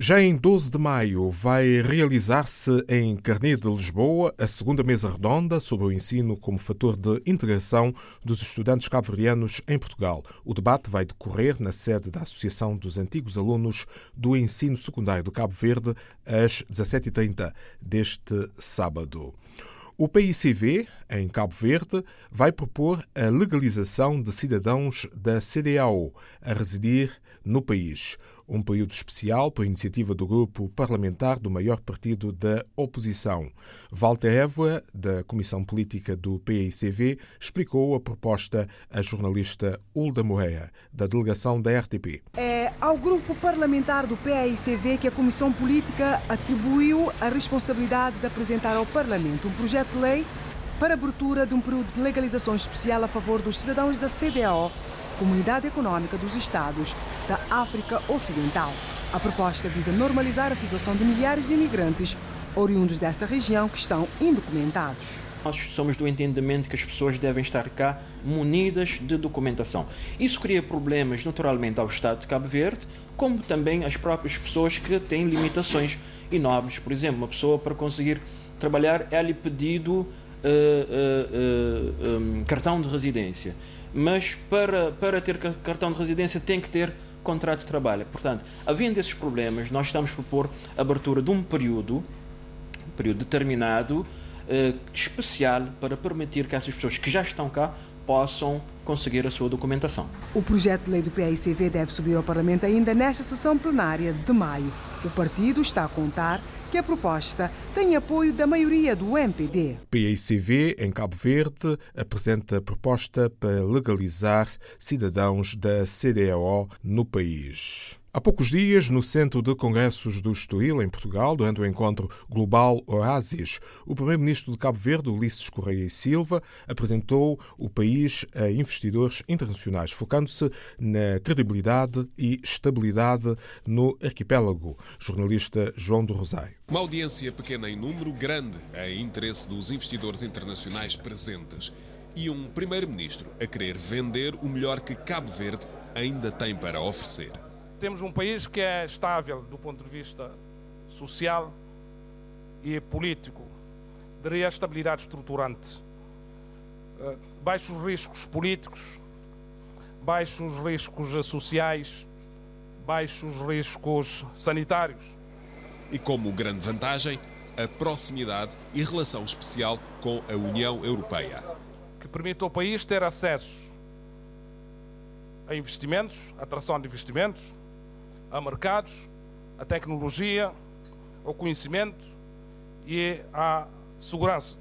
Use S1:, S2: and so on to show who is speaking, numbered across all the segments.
S1: Já em 12 de maio vai realizar-se em Carnê de Lisboa a segunda mesa redonda sobre o ensino como fator de integração dos estudantes cabo-verdianos em Portugal. O debate vai decorrer na sede da Associação dos Antigos Alunos do Ensino Secundário do Cabo Verde às 17h30 deste sábado. O PICV, em Cabo Verde, vai propor a legalização de cidadãos da CDAO a residir no país. Um período especial por iniciativa do grupo parlamentar do maior partido da oposição. Walter Évora, da Comissão Política do PICV, explicou a proposta à jornalista Hulda Moreira, da delegação da RTP.
S2: É ao grupo parlamentar do PICV que a Comissão Política atribuiu a responsabilidade de apresentar ao Parlamento um projeto de lei para a abertura de um período de legalização especial a favor dos cidadãos da CDAO, Comunidade Económica dos Estados da África Ocidental. A proposta visa normalizar a situação de milhares de imigrantes oriundos desta região que estão indocumentados.
S3: Nós somos do entendimento que as pessoas devem estar cá munidas de documentação. Isso cria problemas naturalmente ao Estado de Cabo Verde, como também às próprias pessoas que têm limitações enormes. Por exemplo, uma pessoa para conseguir trabalhar é-lhe pedido cartão de residência. Mas para ter cartão de residência tem que ter contrato de trabalho. Portanto, havendo esses problemas, nós estamos a propor a abertura de um período determinado, especial, para permitir que essas pessoas que já estão cá possam conseguir a sua documentação.
S2: O projeto de lei do PICV deve subir ao Parlamento ainda nesta sessão plenária de maio. O partido está a contar que a proposta tem apoio da maioria do MPD.
S1: O PICV, em Cabo Verde, apresenta proposta para legalizar cidadãos da CDAO no país. Há poucos dias, no Centro de Congressos do Estoril, em Portugal, durante o encontro Global Oasis, o primeiro-ministro de Cabo Verde, Ulisses Correia e Silva, apresentou o país a investidores internacionais, focando-se na credibilidade e estabilidade no arquipélago. Jornalista João do Rosário.
S4: Uma audiência pequena em número, grande em interesse dos investidores internacionais presentes e um primeiro-ministro a querer vender o melhor que Cabo Verde ainda tem para oferecer.
S5: Temos um país que é estável do ponto de vista social e político, daria estabilidade estruturante, baixos riscos políticos, baixos riscos sociais, baixos riscos sanitários.
S4: E como grande vantagem, a proximidade e relação especial com a União Europeia.
S5: Que permite ao país ter acesso a investimentos, a atração de investimentos, a mercados, a tecnologia, ao conhecimento e à segurança.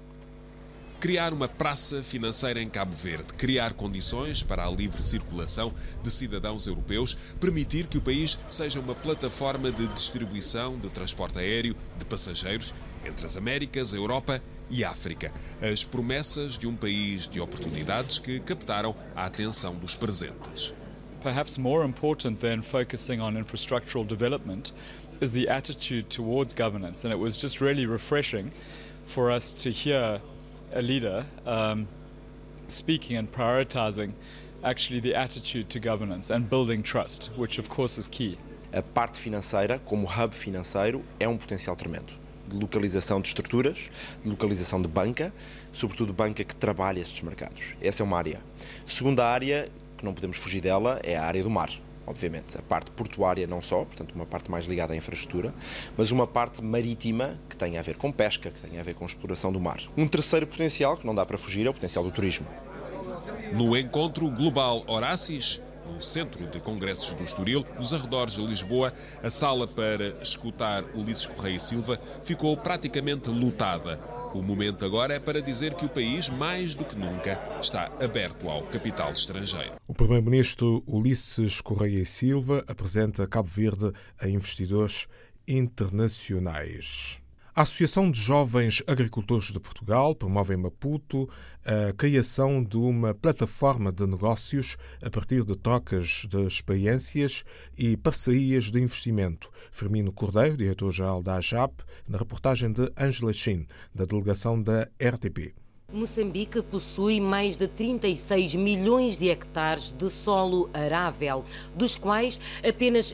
S4: Criar uma praça financeira em Cabo Verde, criar condições para a livre circulação de cidadãos europeus, permitir que o país seja uma plataforma de distribuição de transporte aéreo de passageiros entre as Américas, a Europa e a África. As promessas de um país de oportunidades que captaram a atenção dos presentes.
S6: Perhaps more important than focusing on infrastructural development is the attitude towards governance. And it was just really refreshing for us to hear a leader speaking and prioritizing actually the attitude to governance and building trust, which of course is key.
S7: A parte financeira, como hub financeiro, é um potencial tremendo. De localização de estruturas, de localização de banca, sobretudo banca que trabalha estes mercados. Essa é uma área. Segunda área, que não podemos fugir dela, é a área do mar. Obviamente, a parte portuária não só, portanto uma parte mais ligada à infraestrutura, mas uma parte marítima que tem a ver com pesca, que tem a ver com exploração do mar. Um terceiro potencial, que não dá para fugir, é o potencial do turismo.
S4: No encontro Global Oasis, no Centro de Congressos do Estoril, nos arredores de Lisboa, a sala para escutar Ulisses Correia e Silva ficou praticamente lotada. O momento agora é para dizer que o país, mais do que nunca, está aberto ao capital estrangeiro.
S1: O primeiro-ministro Ulisses Correia e Silva apresenta Cabo Verde a investidores internacionais. A Associação de Jovens Agricultores de Portugal promove em Maputo a criação de uma plataforma de negócios a partir de trocas de experiências e parcerias de investimento. Firmino Cordeiro, diretor-geral da AJAP, na reportagem de Ângela Chin, da delegação da RTP.
S8: Moçambique possui mais de 36 milhões de hectares de solo arável, dos quais apenas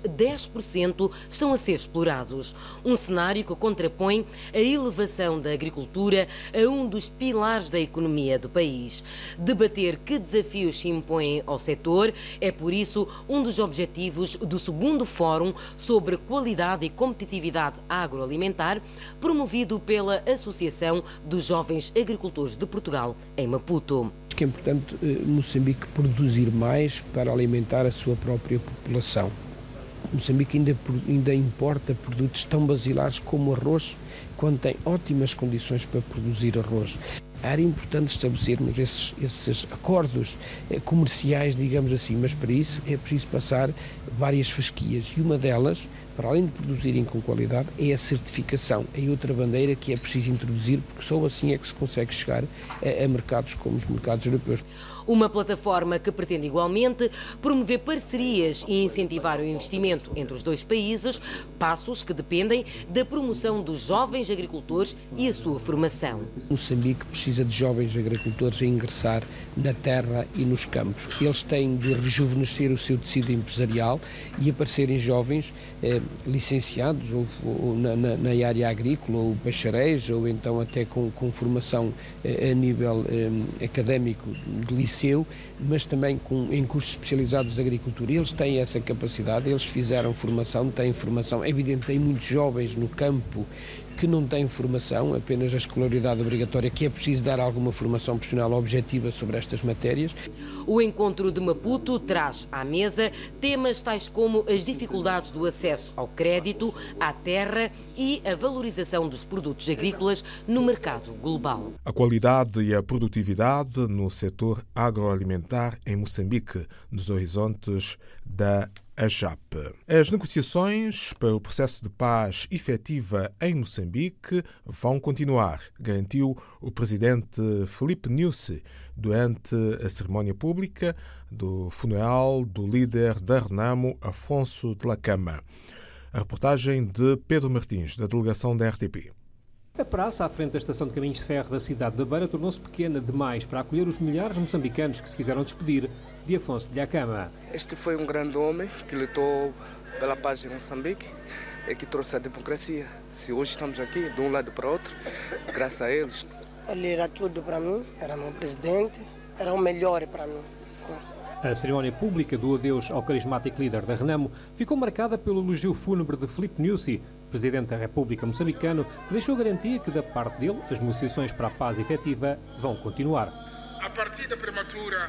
S8: 10% estão a ser explorados. Um cenário que contrapõe a elevação da agricultura a um dos pilares da economia do país. Debater que desafios se impõem ao setor é, por isso, um dos objetivos do segundo Fórum sobre Qualidade e Competitividade Agroalimentar, promovido pela Associação dos Jovens Agricultores de Portugal, em Maputo.
S9: Acho que é importante Moçambique produzir mais para alimentar a sua própria população. Moçambique ainda importa produtos tão basilares como arroz, quando tem ótimas condições para produzir arroz. Era importante estabelecermos esses acordos comerciais, digamos assim, mas para isso é preciso passar várias fasquias, e uma delas, para além de produzirem com qualidade, é a certificação. É outra bandeira que é preciso introduzir, porque só assim é que se consegue chegar a mercados como os mercados europeus.
S8: Uma plataforma que pretende igualmente promover parcerias e incentivar o investimento entre os dois países, passos que dependem da promoção dos jovens agricultores e a sua formação.
S9: Moçambique precisa de jovens agricultores a ingressar na terra e nos campos. Eles têm de rejuvenescer o seu tecido empresarial e aparecerem jovens licenciados ou na área agrícola, ou bacharéis, ou então até com formação a nível académico de liceu, mas também em cursos especializados de agricultura. Eles têm essa capacidade, eles fizeram formação, têm formação. É evidente que tem muitos jovens no campo que não têm formação, apenas a escolaridade obrigatória, que é preciso dar alguma formação profissional objetiva sobre estas matérias.
S8: O encontro de Maputo traz à mesa temas tais como as dificuldades do acesso ao crédito, à terra e a valorização dos produtos agrícolas no mercado global.
S1: A qualidade e a produtividade no setor agroalimentar em Moçambique, nos horizontes da AJAP. As negociações para o processo de paz efetiva em Moçambique vão continuar, garantiu o presidente Filipe Nyusi durante a cerimónia pública do funeral do líder da Renamo, Afonso Dhlakama. A reportagem de Pedro Martins, da delegação da RTP.
S10: A praça à frente da estação de caminhos de ferro da cidade da Beira tornou-se pequena demais para acolher os milhares de moçambicanos que se quiseram despedir de Afonso Dhlakama.
S11: Este foi um grande homem que lutou pela paz em Moçambique e que trouxe a democracia. Se hoje estamos aqui, de um lado para o outro, graças a eles.
S12: Ele era tudo para mim, era meu presidente, era o melhor para mim. Sim.
S10: A cerimónia pública do adeus ao carismático líder da Renamo ficou marcada pelo elogio fúnebre de Filipe Nyusi, presidente da República moçambicano, que deixou garantia que, da parte dele, as negociações para a paz efetiva vão continuar.
S13: A partida prematura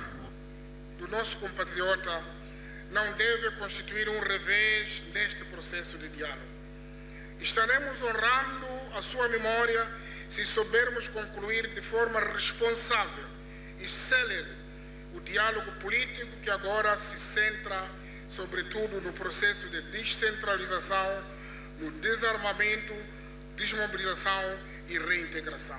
S13: do nosso compatriota não deve constituir um revés neste processo de diálogo. Estaremos honrando a sua memória se soubermos concluir de forma responsável e célere o diálogo político que agora se centra, sobretudo, no processo de descentralização, no desarmamento, desmobilização e reintegração.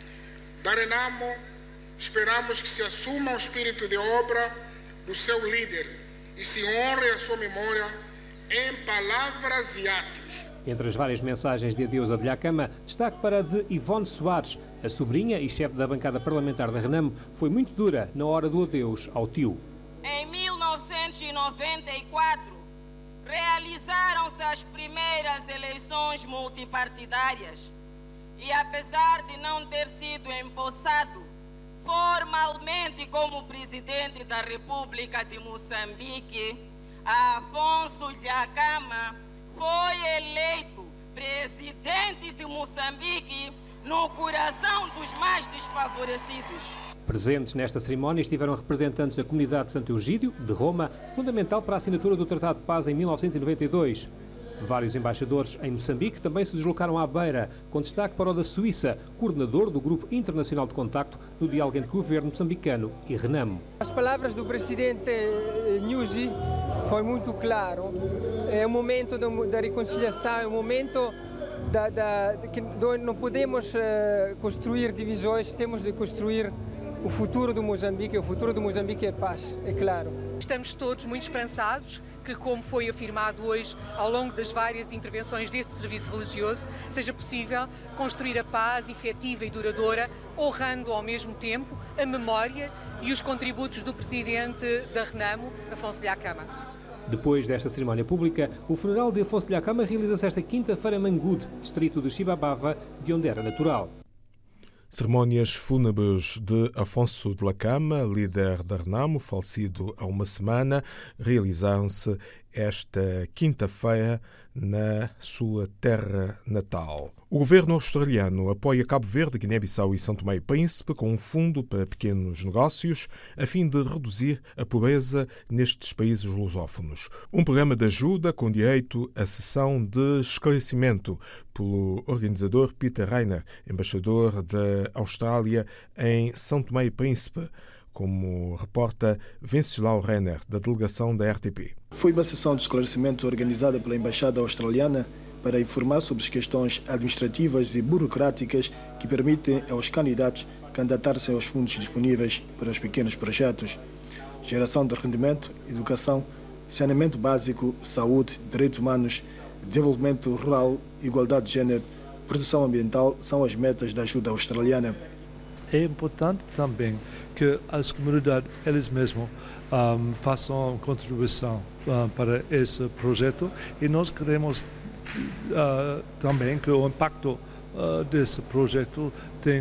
S13: Da Renamo, esperamos que se assuma o espírito de obra do seu líder e se honre a sua memória em palavras e atos.
S10: Entre as várias mensagens de adeus a Dhlakama, destaque para a de Ivone Soares. A sobrinha e chefe da bancada parlamentar da Renamo foi muito dura na hora do adeus ao tio.
S14: Em 1994, realizaram-se as primeiras eleições multipartidárias e, apesar de não ter sido empossado formalmente como presidente da República de Moçambique, Afonso Dhlakama foi eleito presidente de Moçambique no coração dos mais desfavorecidos.
S10: Presentes nesta cerimónia estiveram representantes da comunidade de Santo Eugídio, de Roma, fundamental para a assinatura do Tratado de Paz em 1992. Vários embaixadores em Moçambique também se deslocaram à Beira, com destaque para o da Suíça, coordenador do Grupo Internacional de Contacto no diálogo entre governo moçambicano e Renamo.
S15: As palavras do presidente Nyusi foi muito claro. É um momento da reconciliação, é um momento que não podemos construir divisões, temos de construir o futuro do Moçambique é paz, é claro.
S16: Estamos todos muito esperançados que, como foi afirmado hoje ao longo das várias intervenções deste serviço religioso, seja possível construir a paz efetiva e duradoura, honrando ao mesmo tempo a memória e os contributos do presidente da RENAMO, Afonso Dhlakama.
S10: Depois desta cerimónia pública, o funeral de Afonso Dhlakama realiza-se esta quinta-feira em Mangude, distrito de Chibabava, de onde era natural.
S1: Cerimónias fúnebres de Afonso Dhlakama, líder da RENAMO, falecido há uma semana, realizaram-se esta quinta-feira na sua terra natal. O governo australiano apoia Cabo Verde, Guiné-Bissau e São Tomé e Príncipe com um fundo para pequenos negócios a fim de reduzir a pobreza nestes países lusófonos. Um programa de ajuda com direito à sessão de esclarecimento pelo organizador Peter Rainer, embaixador da Austrália em São Tomé e Príncipe, como reporta Venceslau Renner, da delegação da RTP.
S17: Foi uma sessão de esclarecimento organizada pela Embaixada Australiana para informar sobre as questões administrativas e burocráticas que permitem aos candidatos candidatar-se aos fundos disponíveis para os pequenos projetos. Geração de rendimento, educação, saneamento básico, saúde, direitos humanos, desenvolvimento rural, igualdade de género, proteção ambiental são as metas da ajuda australiana.
S18: É importante também que as comunidades, eles mesmos, façam contribuição para esse projeto e nós queremos também que o impacto desse projeto tenha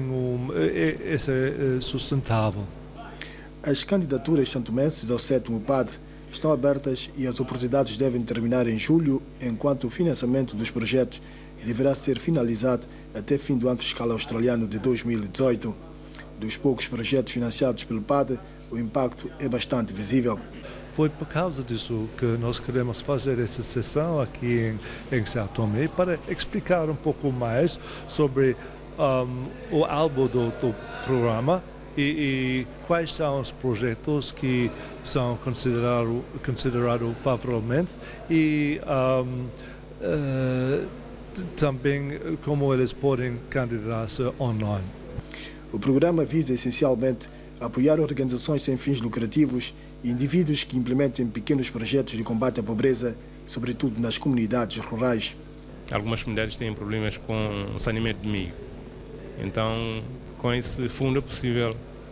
S18: é sustentável.
S17: As candidaturas santomenses ao 7º PAD estão abertas e as oportunidades devem terminar em julho, enquanto o financiamento dos projetos deverá ser finalizado até fim do ano fiscal australiano de 2018. Dos poucos projetos financiados pelo PAD, o impacto é bastante visível.
S18: Foi por causa disso que nós queremos fazer essa sessão aqui em São Tomé para explicar um pouco mais sobre o alvo do programa e quais são os projetos que são considerados favoravelmente e também como eles podem candidatar-se online.
S17: O programa visa essencialmente apoiar organizações sem fins lucrativos e indivíduos que implementem pequenos projetos de combate à pobreza, sobretudo nas comunidades rurais.
S19: Algumas comunidades têm problemas com o saneamento de milho. Então, com esse fundo é possível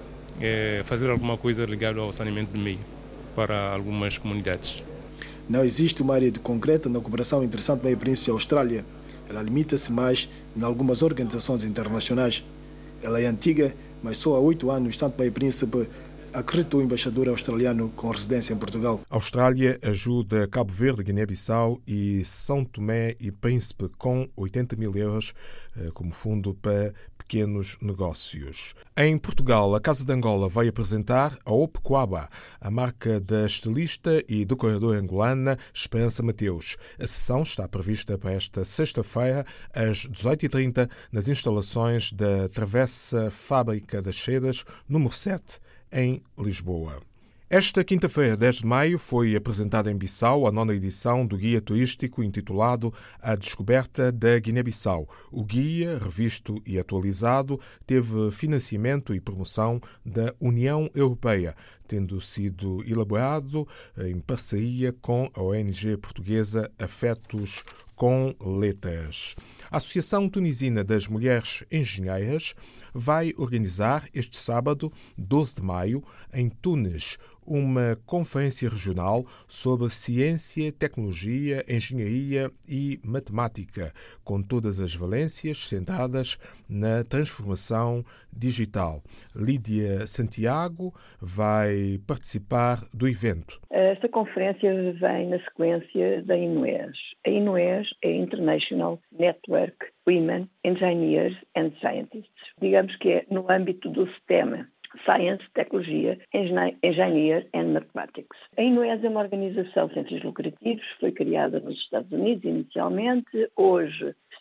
S19: fazer alguma coisa ligada ao saneamento de milho para algumas comunidades.
S17: Não existe uma área concreta na cooperação entre São Tomé e Príncipe e Austrália. Ela limita-se mais em algumas organizações internacionais. Ela é antiga, mas só há 8 anos São Tomé e Príncipe acreditou o embaixador australiano com residência em Portugal.
S1: A Austrália ajuda Cabo Verde, Guiné-Bissau e São Tomé e Príncipe com 80 mil euros como fundo para pequenos negócios. Em Portugal, a Casa de Angola vai apresentar a Ope Coaba, a marca da estilista e decoradora angolana Esperança Mateus. A sessão está prevista para esta sexta-feira, às 18h30, nas instalações da Travessa Fábrica das Sedas, número 7, em Lisboa. Esta quinta-feira, 10 de maio, foi apresentada em Bissau a 9ª edição do guia turístico intitulado A Descoberta da Guiné-Bissau. O guia, revisto e atualizado, teve financiamento e promoção da União Europeia, tendo sido elaborado em parceria com a ONG portuguesa Afetos com Letras. A Associação Tunisina das Mulheres Engenheiras vai organizar este sábado, 12 de maio, em Tunis, uma conferência regional sobre ciência, tecnologia, engenharia e matemática, com todas as valências centradas na transformação digital. Lídia Santiago vai participar do evento.
S20: Esta conferência vem na sequência da INUES. A INUES é International Network Women Engineers and Scientists. Digamos que é no âmbito do STEM, Science, Tecnologia, Engineer and Mathematics. A INUES é uma organização sem fins lucrativos, foi criada nos Estados Unidos inicialmente, hoje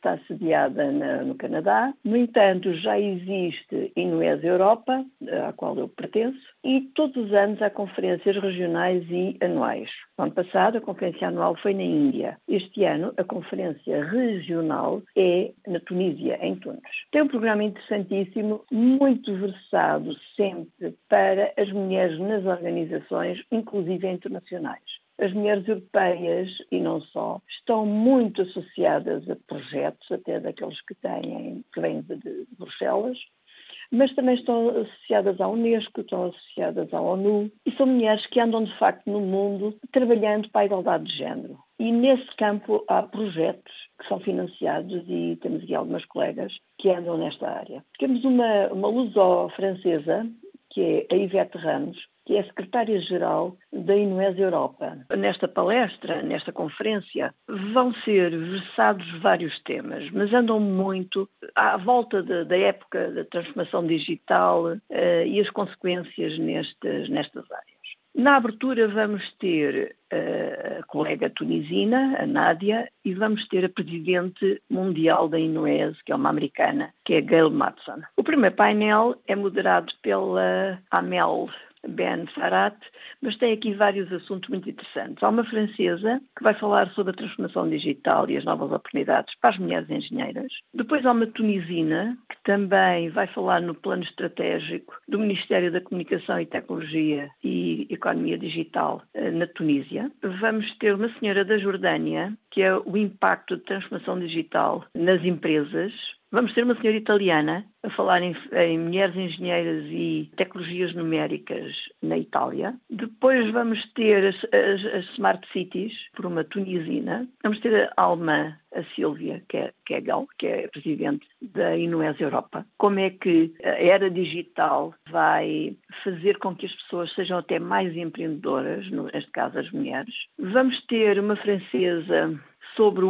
S20: está sediada no Canadá. No entanto, já existe Inués Europa, à qual eu pertenço, e todos os anos há conferências regionais e anuais. No ano passado, a conferência anual foi na Índia. Este ano, a conferência regional é na Tunísia, em Tunis. Tem um programa interessantíssimo, muito versado sempre para as mulheres nas organizações, inclusive internacionais. As mulheres europeias, e não só, estão muito associadas a projetos, até daqueles que vêm de Bruxelas, mas também estão associadas à Unesco, estão associadas à ONU, e são mulheres que andam, de facto, no mundo trabalhando para a igualdade de género. E nesse campo há projetos que são financiados e temos aqui algumas colegas que andam nesta área. Temos uma luso-francesa, que é a Ivete Ramos, que é a secretária-geral da Inués Europa. Nesta palestra, nesta conferência, vão ser versados vários temas, mas andam muito à volta da época da transformação digital e as consequências nestas áreas. Na abertura vamos ter a colega tunisina, a Nádia, e vamos ter a presidente mundial da Inués, que é uma americana, que é Gail Matson. O primeiro painel é moderado pela Amel Ben Farat, mas tem aqui vários assuntos muito interessantes. Há uma francesa que vai falar sobre a transformação digital e as novas oportunidades para as mulheres engenheiras. Depois há uma tunisina que também vai falar no plano estratégico do Ministério da Comunicação e Tecnologia e Economia Digital na Tunísia. Vamos ter uma senhora da Jordânia, que é o impacto de transformação digital nas empresas. Vamos ter uma senhora italiana a falar em mulheres engenheiras e tecnologias numéricas na Itália. Depois vamos ter as Smart Cities, por uma tunisina. Vamos ter a Alma, a Sílvia Kegel, que é a presidente da Inués Europa. Como é que a era digital vai fazer com que as pessoas sejam até mais empreendedoras, neste caso as mulheres. Vamos ter uma francesa sobre o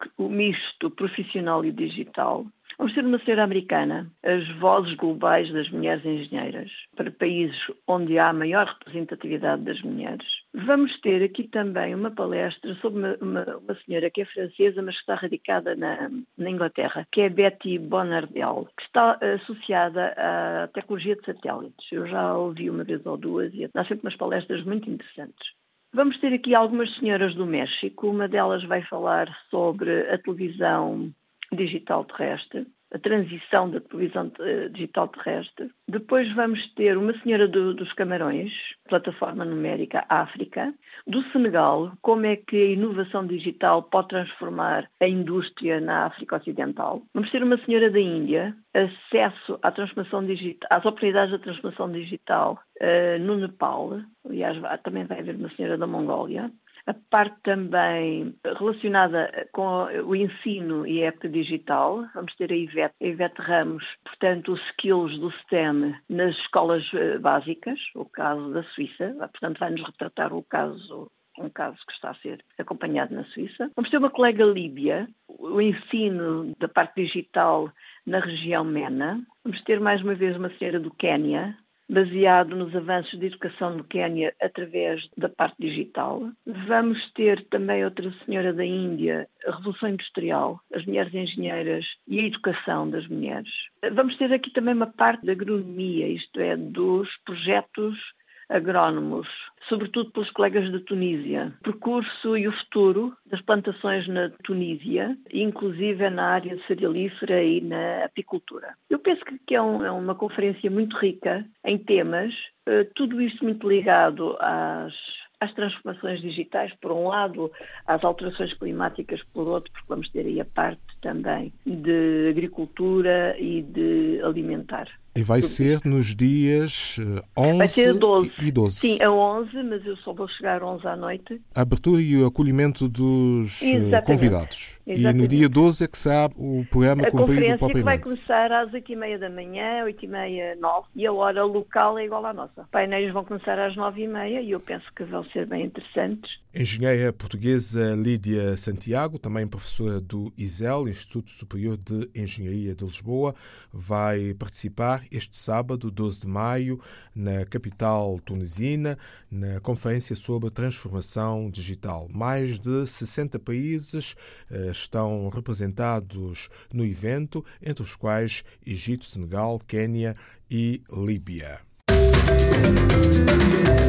S20: misto profissional e digital. Vamos ter uma senhora americana, as vozes globais das mulheres engenheiras, para países onde há maior representatividade das mulheres. Vamos ter aqui também uma palestra sobre uma senhora que é francesa, mas que está radicada na Inglaterra, que é Betty Bonardel, que está associada à tecnologia de satélites. Eu já ouvi uma vez ou duas e há sempre umas palestras muito interessantes. Vamos ter aqui algumas senhoras do México. Uma delas vai falar sobre a televisão digital terrestre, a transição da televisão digital terrestre. Depois vamos ter uma senhora dos Camarões, plataforma numérica África, do Senegal, como é que a inovação digital pode transformar a indústria na África Ocidental. Vamos ter uma senhora da Índia, acesso à transformação digital, às oportunidades da transformação digital no Nepal. Aliás, também vai haver uma senhora da Mongólia. A parte também relacionada com o ensino e a época digital, vamos ter a Ivete Ramos, portanto, os skills do STEM nas escolas básicas, o caso da Suíça, portanto, vai-nos retratar um caso que está a ser acompanhado na Suíça. Vamos ter uma colega líbia, o ensino da parte digital na região MENA. Vamos ter mais uma vez uma senhora do Quénia, baseado nos avanços de educação do Quénia através da parte digital. Vamos ter também outra senhora da Índia, a Revolução Industrial, as mulheres engenheiras e a educação das mulheres. Vamos ter aqui também uma parte da agronomia, isto é, dos projetos agrónomos, sobretudo pelos colegas da Tunísia. Percurso e o futuro das plantações na Tunísia, inclusive na área cerealífera e na apicultura. Eu penso que é uma conferência muito rica em temas, tudo isto muito ligado às transformações digitais, por um lado, às alterações climáticas, por outro, porque vamos ter aí a parte também de agricultura e de alimentar.
S1: E vai ser nos dias 11
S20: vai ser 12.
S1: E 12.
S20: Sim, a 11, mas eu só vou chegar 11 à noite.
S1: A abertura e o acolhimento dos convidados. Exatamente. E no dia 12 é que será o programa cumprido propriamente. A conferência
S20: vai começar às 8h30 da manhã, 8h30, 9h, e a hora local é igual à nossa. Os painéis vão começar às 9h30 e eu penso que vão ser bem interessantes.
S1: Engenheira portuguesa Lídia Santiago, também professora do ISEL, Instituto Superior de Engenharia de Lisboa, vai participar este sábado, 12 de maio, na capital tunisina, na Conferência sobre Transformação Digital. Mais de 60 países estão representados no evento, entre os quais Egito, Senegal, Quênia e Líbia.